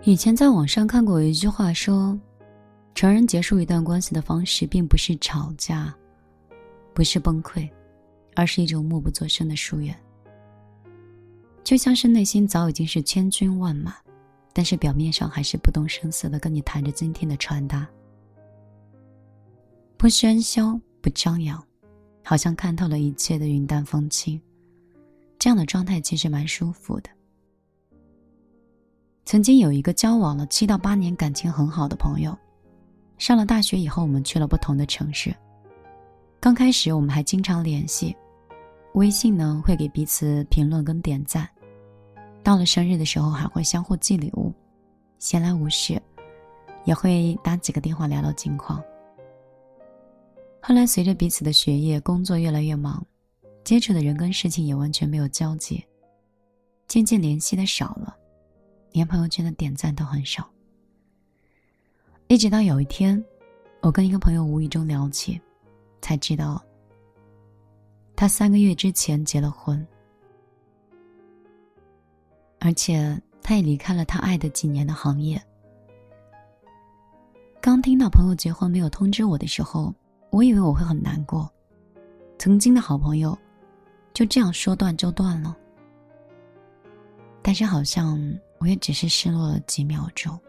以前在网上看过一句话说，成人结束一段关系的方式并不是吵架，不是崩溃，而是一种默不作声的疏远。就像是内心早已经是千军万马，但是表面上还是不动声色地跟你谈着今天的穿搭，不喧嚣，不张扬，好像看透了一切的云淡风轻。这样的状态其实蛮舒服的。曾经有一个交往了7到8年感情很好的朋友，上了大学以后我们去了不同的城市。刚开始我们还经常联系，微信呢会给彼此评论跟点赞，到了生日的时候还会相互寄礼物，闲来无事也会打几个电话聊聊近况。后来随着彼此的学业工作越来越忙，接触的人跟事情也完全没有交集，渐渐联系的少了，连朋友圈的点赞都很少。一直到有一天，我跟一个朋友无意中聊起，才知道他3个月之前结了婚，而且他也离开了他爱的几年的行业。刚听到朋友结婚没有通知我的时候，我以为我会很难过，曾经的好朋友就这样说断就断了。但是好像我也只是失落了几秒钟。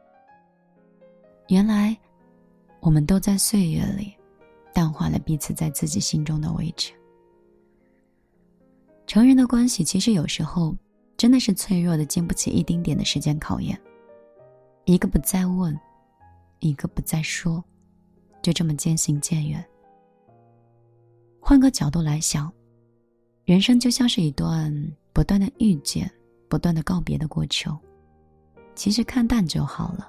原来我们都在岁月里淡化了彼此在自己心中的位置。成人的关系其实有时候真的是脆弱的经不起一丁点的时间考验，一个不再问，一个不再说，就这么渐行渐远。换个角度来想，人生就像是一段不断的遇见，不断的告别的过程，其实看淡就好了。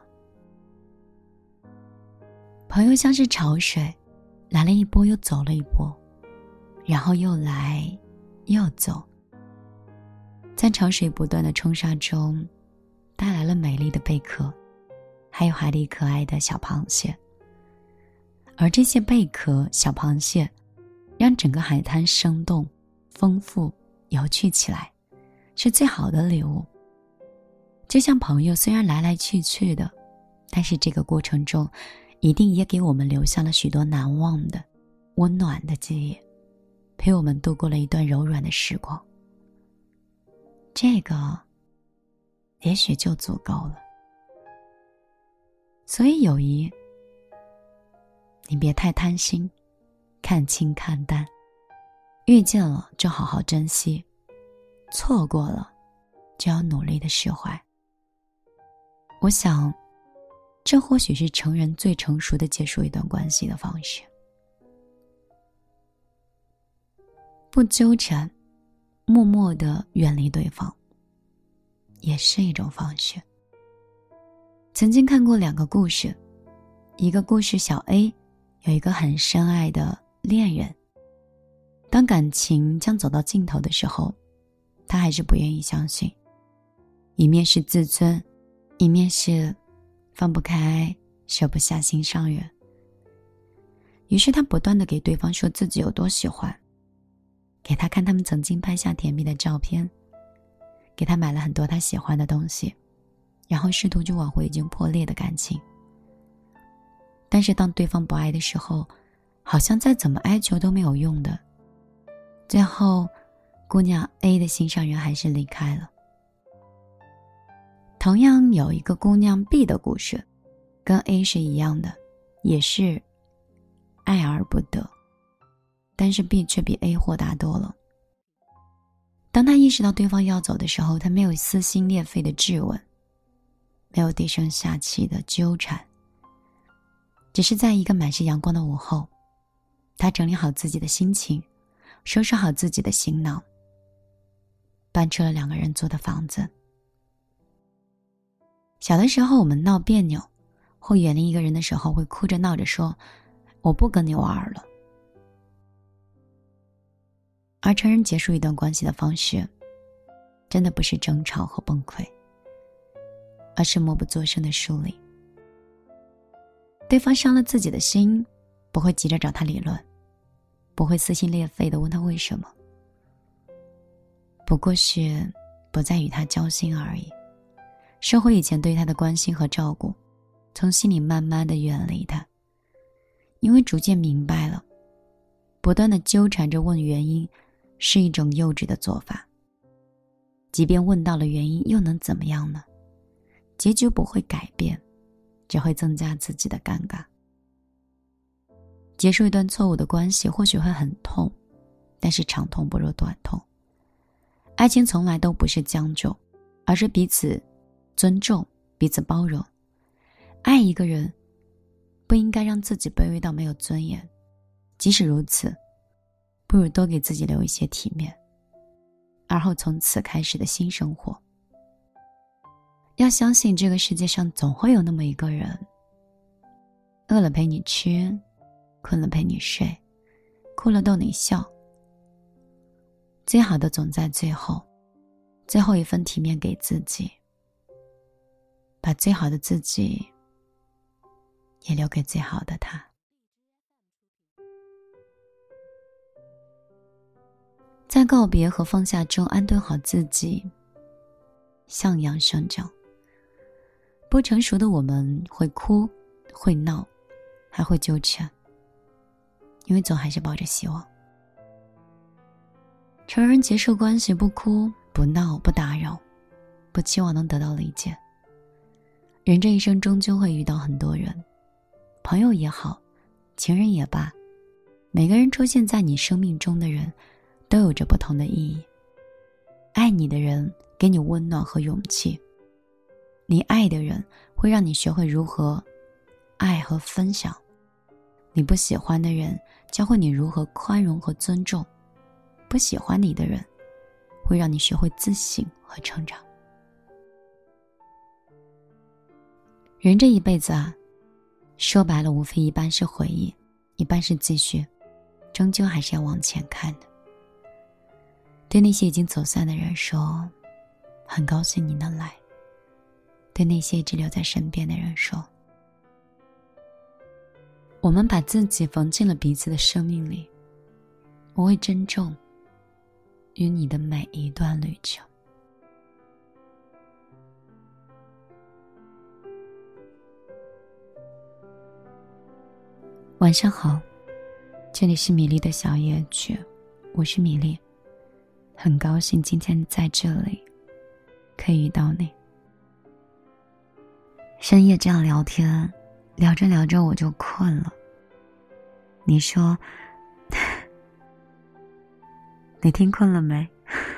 朋友像是潮水，来了一波又走了一波，然后又来又走，在潮水不断的冲刷中，带来了美丽的贝壳，还有海里可爱的小螃蟹。而这些贝壳、小螃蟹让整个海滩生动、丰富、有趣起来，是最好的礼物。就像朋友虽然来来去去的，但是这个过程中一定也给我们留下了许多难忘的、温暖的记忆，陪我们度过了一段柔软的时光。这个也许就足够了。所以友谊，你别太贪心，看清看淡，遇见了就好好珍惜，错过了就要努力的释怀。我想这或许是成人最成熟的结束一段关系的方式。不纠缠，默默地远离对方，也是一种方式。曾经看过2个故事，一个故事小 A 有一个很深爱的恋人，当感情将走到尽头的时候，他还是不愿意相信，一面是自尊，一面是放不开，舍不下心上人。于是他不断地给对方说自己有多喜欢，给他看他们曾经拍下甜蜜的照片，给他买了很多他喜欢的东西，然后试图去挽回已经破裂的感情。但是当对方不爱的时候，好像再怎么哀求都没有用的。最后姑娘 A 的心上人还是离开了。同样有一个姑娘 B 的故事，跟 A 是一样的，也是爱而不得，但是 B 却比 A 豁达多了。当他意识到对方要走的时候，他没有撕心裂肺的质问，没有低声下气的纠缠，只是在一个满是阳光的午后，他整理好自己的心情，收拾好自己的行囊，搬出了2个人租的房子。小的时候我们闹别扭或远离一个人的时候，会哭着闹着说我不跟你玩了。而成人结束一段关系的方式，真的不是争吵和崩溃，而是默不作声的疏离。对方伤了自己的心，不会急着找他理论，不会撕心裂肺地问他为什么，不过是不再与他交心而已， 收回以前对他的关心和照顾，从心里慢慢地远离他。因为逐渐明白了，不断地纠缠着问原因是一种幼稚的做法。即便问到了原因，又能怎么样呢？结局不会改变，只会增加自己的尴尬。结束一段错误的关系或许会很痛，但是长痛不如短痛。爱情从来都不是将就，而是彼此尊重，彼此包容。爱一个人不应该让自己卑微到没有尊严，即使如此，不如多给自己留一些体面，而后从此开始的新生活。要相信这个世界上总会有那么一个人，饿了陪你吃，困了陪你睡，哭了逗你笑。最好的总在最后，最后一份体面给自己，把最好的自己也留给最好的他。在告别和放下中安顿好自己，向阳生长。不成熟的我们会哭，会闹，还会纠缠，因为总还是抱着希望。成人结束关系，不哭不闹不打扰，不期望能得到理解。人这一生终究会遇到很多人，朋友也好，情人也罢，每个人出现在你生命中的人都有着不同的意义。爱你的人给你温暖和勇气，你爱的人会让你学会如何爱和分享，你不喜欢的人教会你如何宽容和尊重，不喜欢你的人会让你学会自省和成长。人这一辈子啊，说白了无非一半是回忆，一半是继续，终究还是要往前看的。对那些已经走散的人说，很高兴你能来。对那些一直留在身边的人说，我们把自己缝进了彼此的生命里，我会珍重与你的每一段旅程。晚上好，这里是米粒的小夜曲，我是米粒，很高兴今天在这里可以遇到你。深夜这样聊天，聊着聊着我就困了。你说你听困了没？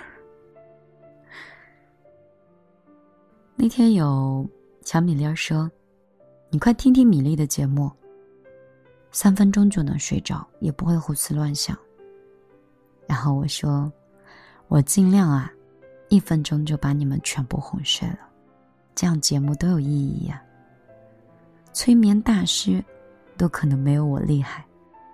那天有小米粒说，你快听听米粒的节目，3分钟就能睡着，也不会胡思乱想。然后我说，我尽量啊，1分钟就把你们全部哄睡了，这样节目都有意义呀。催眠大师都可能没有我厉害。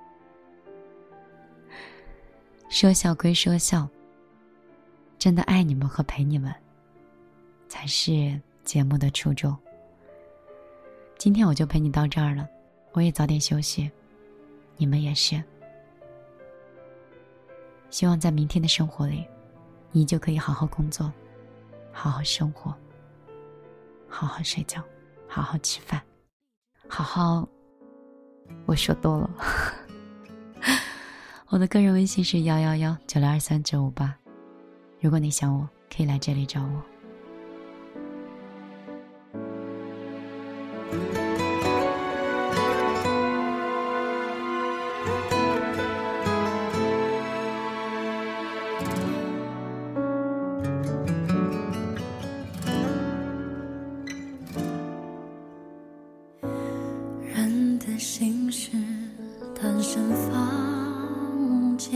说笑归说笑，真的爱你们和陪你们才是节目的初衷。今天我就陪你到这儿了，我也早点休息，你们也是。希望在明天的生活里，你就可以好好工作，好好生活，好好睡觉，好好吃饭，好好……我说多了。我的个人微信是11196239588，如果你想我，可以来这里找我。 人的心事单身房间，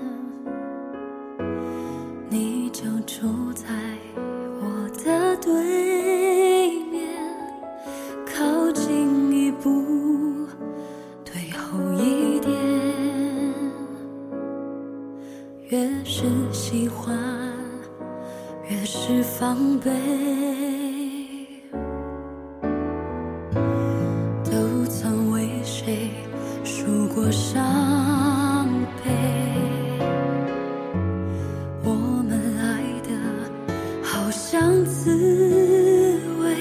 你就住在我的对面，靠近一步，退后一点，越是喜欢，越是防备，都曾为谁数过伤悲，我们爱得好像刺猬，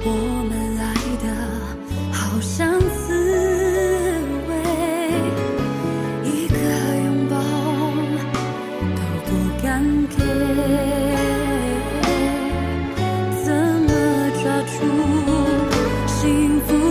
我们来的好相似味，一个拥抱都不敢给，怎么抓住幸福